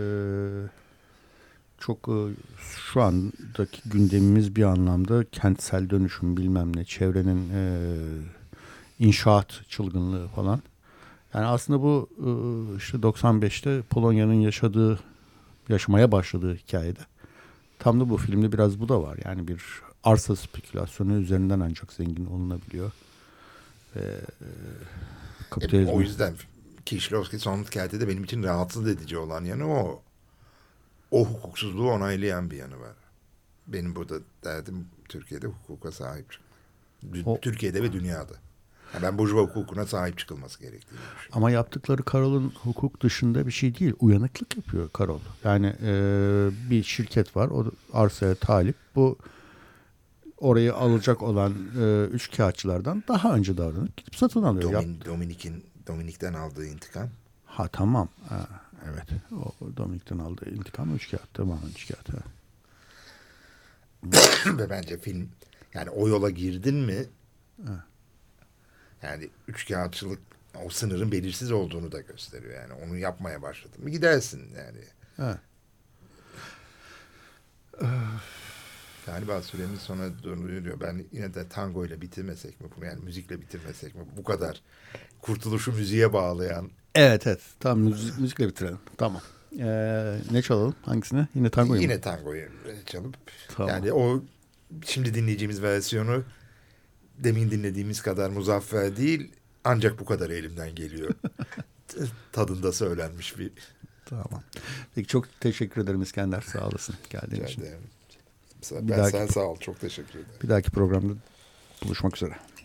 çok e, şu andaki gündemimiz bir anlamda kentsel dönüşüm bilmem ne, çevrenin e, inşaat çılgınlığı falan. Yani aslında bu e, işte doksan beşte Polonya'nın yaşadığı, yaşamaya başladığı hikayede. Tam da bu filmde biraz bu da var. Yani bir arsa spekülasyonu üzerinden ancak zengin olunabiliyor. Ve, e, kapitalizm... e, o yüzden Kieślowski son hikayede benim için rahatsız edici olan yanı o. O hukuksuzluğu onaylayan bir yanı var. Benim burada derdim Türkiye'de hukuka sahip çıkmak. O... Türkiye'de ve dünyada. Yani ben burjuva hukukuna sahip çıkılması gerektiğini düşünüyorum. Ama yaptıkları Karol'un hukuk dışında bir şey değil. Uyanıklık yapıyor Karol. Yani e, bir şirket var. O arsaya talip. Bu orayı alacak olan e, üç kağıtçılardan daha önce davranıp gidip satın alıyor. Domin, Dominik'in Dominik'ten aldığı intikam. Ha tamam. Ha, evet. O Dominik'ten aldığı intikam üç kağıt. Tamam üç kağıt. Ha. Ve bence film yani o yola girdin mi ha. Yani üç kağıtçılık o sınırın belirsiz olduğunu da gösteriyor. Yani onu yapmaya başladın mı gidersin yani. Ha. Galiba süremiz sona dönüyor. Ben yine de tango ile bitirmesek mi bunu? Yani müzikle bitirmesek mi? Bu kadar kurtuluşu müziğe bağlayan. Evet evet. Tamam müzik, müzikle bitirelim. Tamam. Ee, ne çalalım? Hangisini? Yine tangoyu Yine mu? tangoyu çalıp. Tamam. Yani o şimdi dinleyeceğimiz versiyonu demin dinlediğimiz kadar muzaffer değil. Ancak bu kadar elimden geliyor. Tadında söylenmiş bir. Tamam. Peki çok teşekkür ederim İskender. Sağ olasın geldiğin için. Ben dahaki, sen sağ ol. Çok teşekkür ederim. Bir dahaki programda Buluşmak üzere.